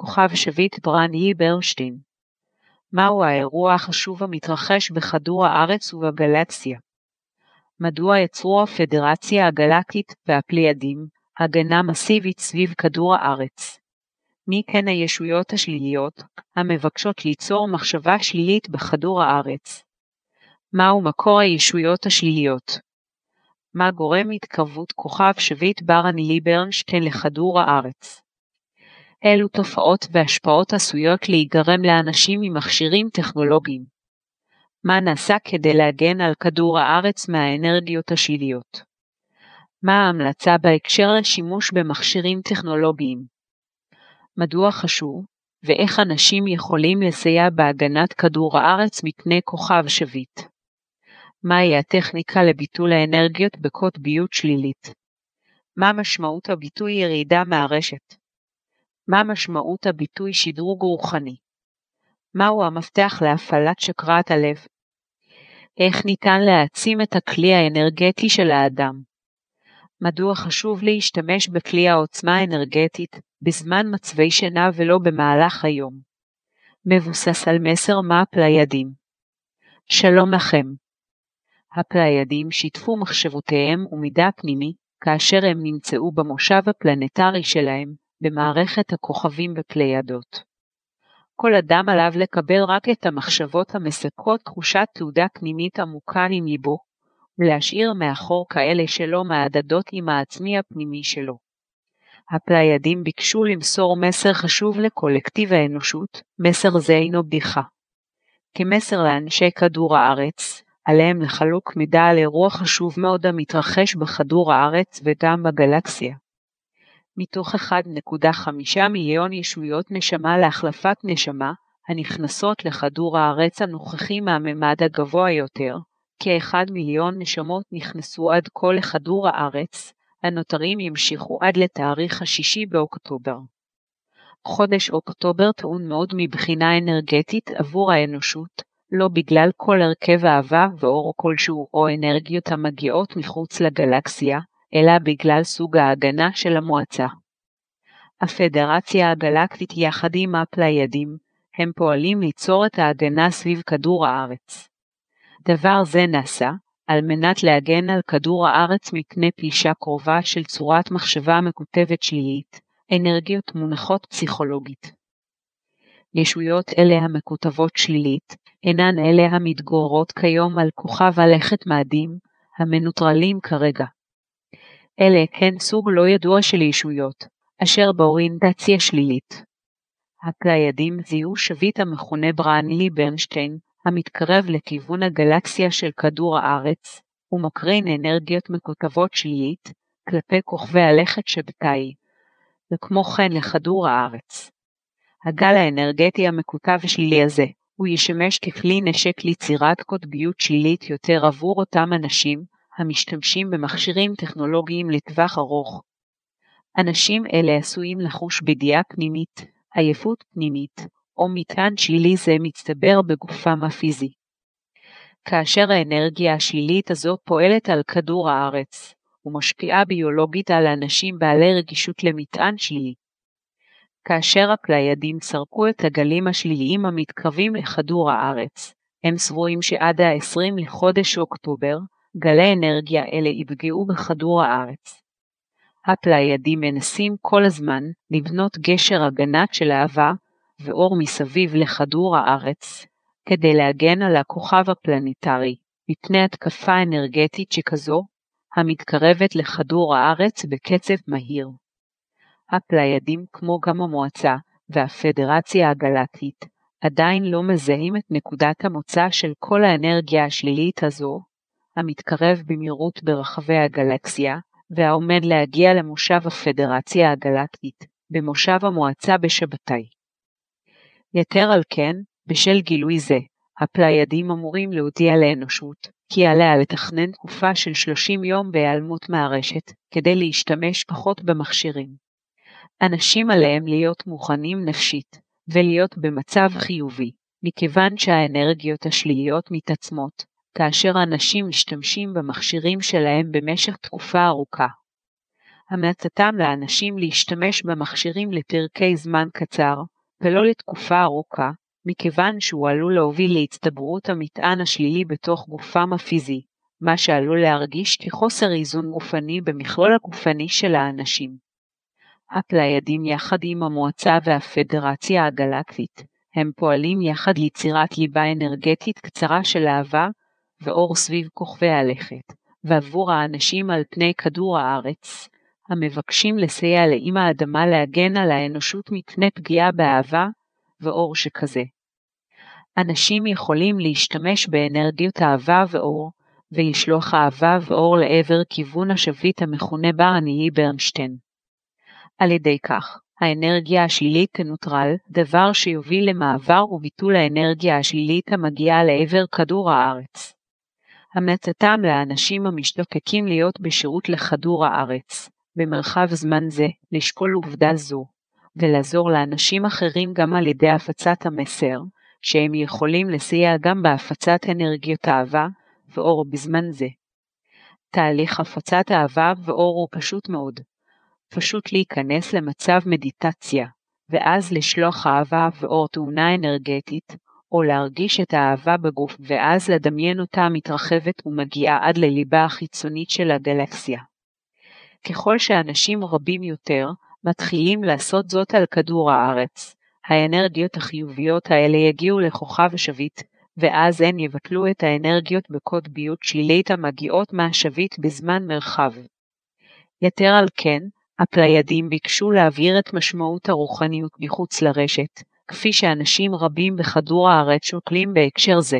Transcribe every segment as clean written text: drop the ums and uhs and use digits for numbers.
כוכב שביט ברנהי ברנשטיין. מהו האירוע החשוב המתרחש בכדור הארץ ובגלקסיה? מדוע יצרו הפדרציה הגלקטית והפליידים הגנה מסיבית סביב כדור הארץ? מי הן הישויות השליליות המבקשות ליצור מחשבה שלילית בכדור הארץ? מהו מקור הישויות השליליות? מה גורם התקרבות כוכב שביט ברנהי ברנשטיין לכדור הארץ? אילו תופעות והשפעות עשויות להיגרם לאנשים ממכשירים טכנולוגיים? מה נעשה כדי להגן על כדור הארץ מהאנרגיות השליליות? מה ההמלצה בהקשר לשימוש במכשירים טכנולוגיים? מדוע חשוב ואיך אנשים יכולים לסייע בהגנת כדור הארץ מפני כוכב שביט? מהי הטכניקה לביטול האנרגיות בקוטביות שלילית? מה משמעות הביטוי ירידה מהרשת? מה משמעות הביטוי שדרוג רוחני? מהו המפתח להפעלת שקרת הלב? איך ניתן להעצים את הכלי האנרגטי של האדם? מדוע חשוב להשתמש בכלי העוצמה האנרגטית בזמן מצבי שינה ולא במהלך היום? מבוסס על מסר מה הפליידים. שלום לכם. הפליידים שיתפו מחשבותיהם ומידע פנימי כאשר הם נמצאו במושב הפלנטרי שלהם במערכת הכוכבים בפליידות. כל אדם עליו לקבל רק את המחשבות המספקות תחושת תעודה פנימית עמוקה עם ליבו, ולהשאיר מאחור כאלה שלא מעדדות עם העצמי הפנימי שלו. הפליידים ביקשו למסור מסר חשוב לקולקטיב האנושות, מסר זה אינו בדיחה. כמסר לאנשי כדור הארץ, עליהם לחלוק מידע על אירוע חשוב מאוד המתרחש בכדור הארץ וגם בגלקסיה. מתוך 1.5 מיליון ישויות נשמה להחלפת נשמה, הנכנסות לכדור הארץ הנוכחי מהממד הגבוה יותר, כ1 מיליון נשמות נכנסו עד כה לכדור הארץ, הנותרים ימשיכו עד לתאריך 6 באוקטובר. חודש אוקטובר טעון מאוד מבחינה אנרגטית עבור האנושות, לא בגלל כל הרכב אהבה ואור כלשהו או אנרגיות המגיעות מחוץ לגלקסיה, אלא בגלל סוג ההגנה של המועצה. הפדרציה הגלקטית יחד עם הפליידים, הם פועלים ליצור את ההגנה סביב כדור הארץ. דבר זה נעשה על מנת להגן על כדור הארץ מפני פלישה קרובה של צורת מחשבה מקוטבת שלילית, אנרגיות מונחות פסיכולוגית. ישויות אלה המקוטבות שלילית, אינן אלה המתגוררות כיום על כוכב הלכת מאדים, המנוטרלים כרגע. אלה הן סוג לא ידוע של ישויות, אשר באוריינטציה שלילית. הפליידים זיהו שביט המכונה ברנהי ברנשטיין, המתקרב לכיוון הגלקסיה של כדור הארץ, ומקרין אנרגיות מקוטבות שלילית כלפי כוכבי הלכת שבתאי, וכמו כן לכדור הארץ. הגל האנרגטי המקוטב השלילי הזה, הוא ישמש ככלי נשק ליצירת קוטביות שלילית יותר עבור אותם אנשים המשתמשים במכשירים טכנולוגיים לטווח ארוך. אנשים אלה עשויים לחוש בדיעה פנימית, עייפות פנימית, או מטען שלילי זה מצטבר בגופם הפיזי. כאשר האנרגיה השלילית הזו פועלת על כדור הארץ, ומשפיעה ביולוגית על אנשים בעלי רגישות למטען שלילי. כאשר הפליידים סרקו את הגלים השליליים המתקרבים לכדור הארץ, הם סבורים שעד ה-20 לחודש אוקטובר, גלי אנרגיה אלה יפגעו בכדור הארץ. הפליידים מנסים כל הזמן לבנות גשר הגנת של אהבה ואור מסביב לכדור הארץ, כדי להגן על הכוכב הפלנטרי מפני התקפה אנרגטית שכזו, המתקרבת לכדור הארץ בקצב מהיר. הפליידים כמו גם המועצה והפדרציה הגלקטית עדיין לא מזהים את נקודת המוצא של כל האנרגיה השלילית הזו, המתקרב במהירות ברחבי הגלקסיה, והעומד להגיע למושב הפדרציה הגלקטית, במושב המועצה בשבתאי. יתר על כן, בשל גילוי זה, הפליידים אמורים להודיע לאנושות, כי עליה לתכנן תקופה של 30 יום בהיעלמות מהרשת, כדי להשתמש פחות במכשירים. אנשים עליהם להיות מוכנים נפשית, ולהיות במצב חיובי, מכיוון שהאנרגיות השליליות מתעצמות, כאשר אנשים משתמשים במכשירים שלהם במשך תקופה ארוכה. המלצתם לאנשים להשתמש במכשירים לפרקי זמן קצר, ולא לתקופה ארוכה, מכיוון שהוא עלול להוביל להצטברות המטען השלילי בתוך גופם הפיזי, מה שעלול להרגיש כחוסר איזון גופני במכלול הגופני של האנשים. הפליידים יחד עם המועצה והפדרציה הגלקטית, הם פועלים יחד ליצירת ליבה אנרגטית קצרה של אהבה ואור סביב כוכבי הלכת, ועבור האנשים על פני כדור הארץ, המבקשים לסייע לאמא האדמה להגן על האנושות מפני פגיעה באהבה ואור שכזה. אנשים יכולים להשתמש באנרגיות אהבה ואור, ולשלוח אהבה ואור לעבר כיוון השביט המכונה ברני ברנשטיין. על ידי כך, האנרגיה השלילית תנוטרל, דבר שיוביל למעבר וביטול האנרגיה השלילית המגיעה לעבר כדור הארץ. המלצתם לאנשים המשתוקקים להיות בשירות לכדור הארץ, במרחב זמן זה, לשקול עובדה זו, ולעזור לאנשים אחרים גם על ידי הפצת המסר, שהם יכולים לסייע גם בהפצת אנרגיות אהבה ואור בזמן זה. תהליך הפצת אהבה ואור הוא פשוט מאוד. פשוט להיכנס למצב מדיטציה, ואז לשלוח אהבה ואור תאונה אנרגטית, או להרגיש את האהבה בגוף ואז לדמיין אותה מתרחבת ומגיעה עד לליבה החיצונית של הגלקסיה. ככל שאנשים רבים יותר מתחילים לעשות זאת על כדור הארץ, האנרגיות החיוביות האלה יגיעו לכוכב השביט, ואז הן יבטלו את האנרגיות בקוטביות שלילית המגיעות מהשביט בזמן מרחב. יתר על כן, הפליידים ביקשו להעביר את משמעות הרוחניות מחוץ לרשת, כפי שאנשים רבים בכדור הארץ שוקלים בהקשר זה.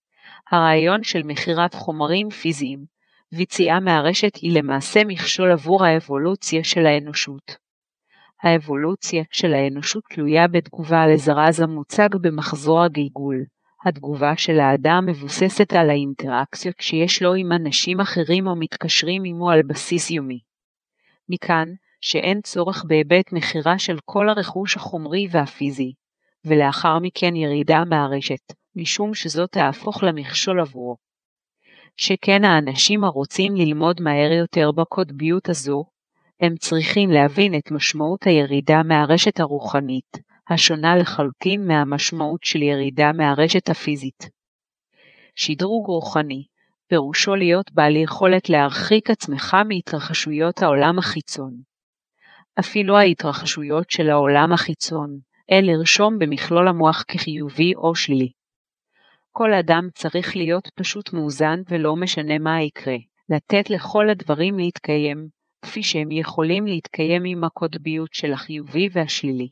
הרעיון של מכירת חומרים פיזיים ויציאה מהרשת היא למעשה מכשול עבור האבולוציה של האנושות. האבולוציה של האנושות תלויה בתגובה לזרז המוצג במחזור הגלגול. התגובה של האדם מבוססת על האינטראקציות שיש לו עם אנשים אחרים או מתקשרים עמו על בסיס יומי. מכאן שאין צורך בהיבט מחירה של כל הרכוש החומרי והפיזי, ולאחר מכן ירידה מהרשת, משום שזאת תהפוך למכשול עבורו. שכן האנשים הרוצים ללמוד מהר יותר בקוטביות הזו, הם צריכים להבין את משמעות הירידה מהרשת הרוחנית, השונה לחלוטין מהמשמעות של ירידה מהרשת הפיזית. שדרוג רוחני, פירושו להיות בעל יכולת להרחיק עצמך מהתרחשויות העולם החיצון. אפילו ההתרחשויות של העולם החיצון, אין לרשום במכלול המוח כחיובי או שלילי. כל אדם צריך להיות פשוט מאוזן ולא משנה מה יקרה, לתת לכל הדברים להתקיים, כפי שהם יכולים להתקיים עם הקוטביות של החיובי והשלילי.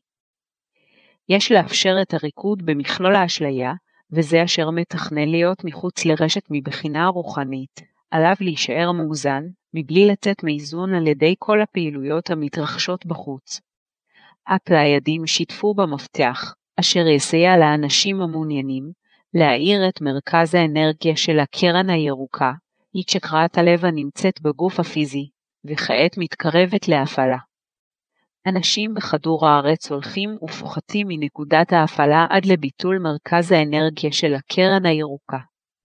יש לאפשר את הריקוד במכלול האשליה, וזה אשר מתכנן להיות מחוץ לרשת מבחינה רוחנית, עליו להישאר מאוזן, מבלי לצאת מאיזון על ידי כל הפעילויות המתרחשות בחוץ. הפליידים שיתפו במפתח, אשר יסייע לאנשים המעוניינים, להאיר את מרכז האנרגיה של הקרן הירוקה, היא צ'קרת הלב הנמצאת בגוף הפיזי, וכעת מתקרבת להפעלה. אנשים בכדור הארץ הולכים ופוחתים מנקודת ההפעלה עד לביטול מרכז האנרגיה של הקרן הירוקה.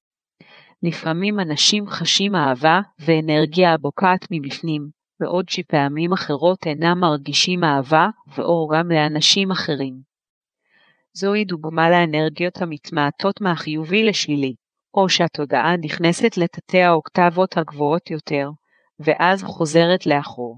לפעמים אנשים חשים אהבה ואנרגיה הבוקעת מבפנים, בעוד שפעמים אחרות אינם מרגישים אהבה ואור גם לאנשים אחרים. זוהי דוגמה לאנרגיות המתמעטות מהחיובי לשלילי, או שהתודעה נכנסת לתתי האוקטבות הגבוהות יותר, ואז חוזרת לאחור.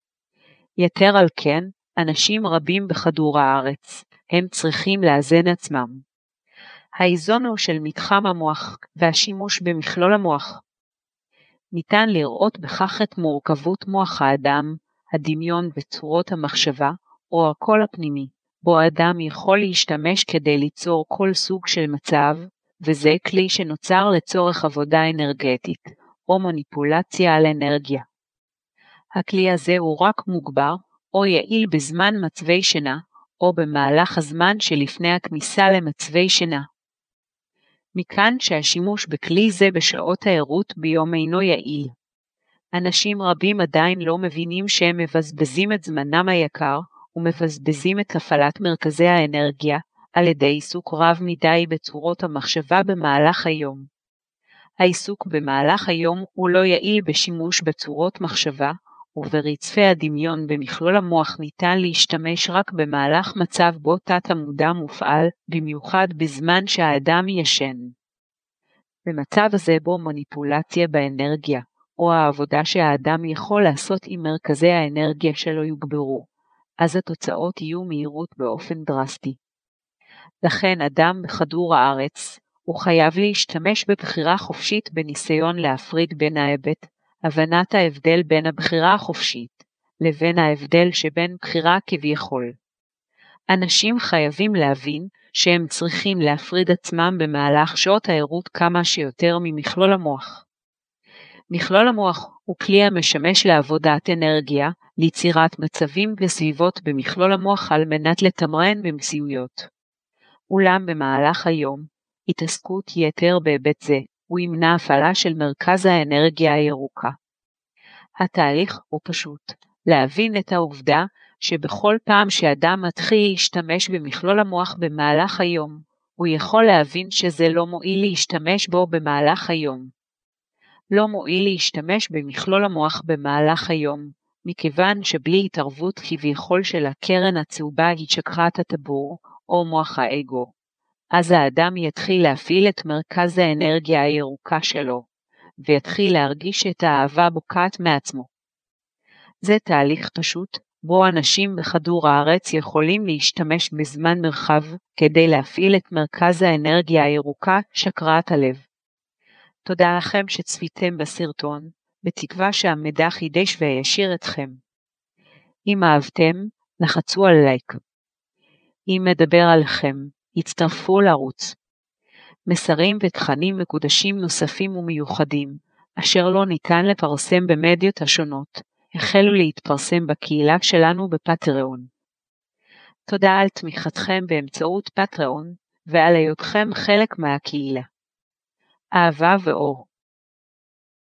יתר על כן, אנשים רבים בכדור הארץ, הם צריכים לאזן עצמם. האיזון הוא של מתחם המוח והשימוש במכלול המוח. ניתן לראות בכך את מורכבות מוח האדם, הדמיון וצורות המחשבה, או הקול הפנימי, בו האדם יכול להשתמש כדי ליצור כל סוג של מצב, וזה כלי שנוצר לצורך עבודה אנרגטית, או מניפולציה על אנרגיה. הכלי הזה הוא רק מוגבר, או יעיל בזמן מצבי שינה, או במהלך הזמן שלפני הכניסה למצבי שינה. מכאן שהשימוש בכלי זה בשעות הערות ביום אינו יעיל. אנשים רבים עדיין לא מבינים שהם מבזבזים את זמנם היקר, ומבזבזים את הפעלת מרכזי האנרגיה, על ידי עיסוק רב מדי בצורות המחשבה במהלך היום. העיסוק במהלך היום הוא לא יעיל בשימוש בצורות מחשבה, וברצפי הדמיון במכלול המוח ניתן להשתמש רק במהלך מצב בו תת המודע מופעל, במיוחד בזמן שהאדם ישן. במצב הזה בו מניפולציה באנרגיה, או העבודה שהאדם יכול לעשות עם מרכזי האנרגיה שלו יוגברו, אז התוצאות יהיו מהירות באופן דרסטי. לכן אדם בכדור הארץ הוא חייב להשתמש בבחירה חופשית בניסיון להפריד בין הבנת ההבדל בין הבחירה החופשית לבין ההבדל שבין בחירה כביכול. אנשים חייבים להבין שהם צריכים להפריד עצמם במהלך שעות הערות כמה שיותר ממכלול המוח. מכלול המוח הוא כלי המשמש לעבודת אנרגיה, ליצירת מצבים וסביבות במכלול המוח על מנת לתמרן במציאויות. אולם במהלך היום, התעסקות יתר בהיבט זה, הוא ימנע הפעלה של מרכז האנרגיה הירוקה. התהליך הוא פשוט, להבין את העובדה שבכל פעם שאדם מתחיל להשתמש במכלול המוח במהלך היום, הוא יכול להבין שזה לא מועיל להשתמש בו במהלך היום. לא מועיל להשתמש במכלול המוח במהלך היום, מכיוון שבלי התערבות כביכול של הקרן הצהובה היא צ'קרת הטבור, או מוח האגו. אז האדם יתחיל להפעיל את מרכז האנרגיה הירוקה שלו, ויתחיל להרגיש את האהבה בוקעת מעצמו. זה תהליך פשוט, בו אנשים בכדור הארץ יכולים להשתמש בזמן מרחב כדי להפעיל את מרכז האנרגיה הירוקה, צ'קרת הלב. תודה לכם שצפיתם בסרטון, בתקווה שהמידע חידש וישיר אתכם. אם אהבתם, לחצו על לייק. אם מדבר עליכם, הצטרפו לערוץ. מסרים ותכנים מקודשים נוספים ומיוחדים, אשר לא ניתן לפרסם במדיות השונות, החלו להתפרסם בקהילה שלנו בפטריון. תודה על תמיכתכם באמצעות פטריון, ועל היותכם חלק מהקהילה. אהבה ואור.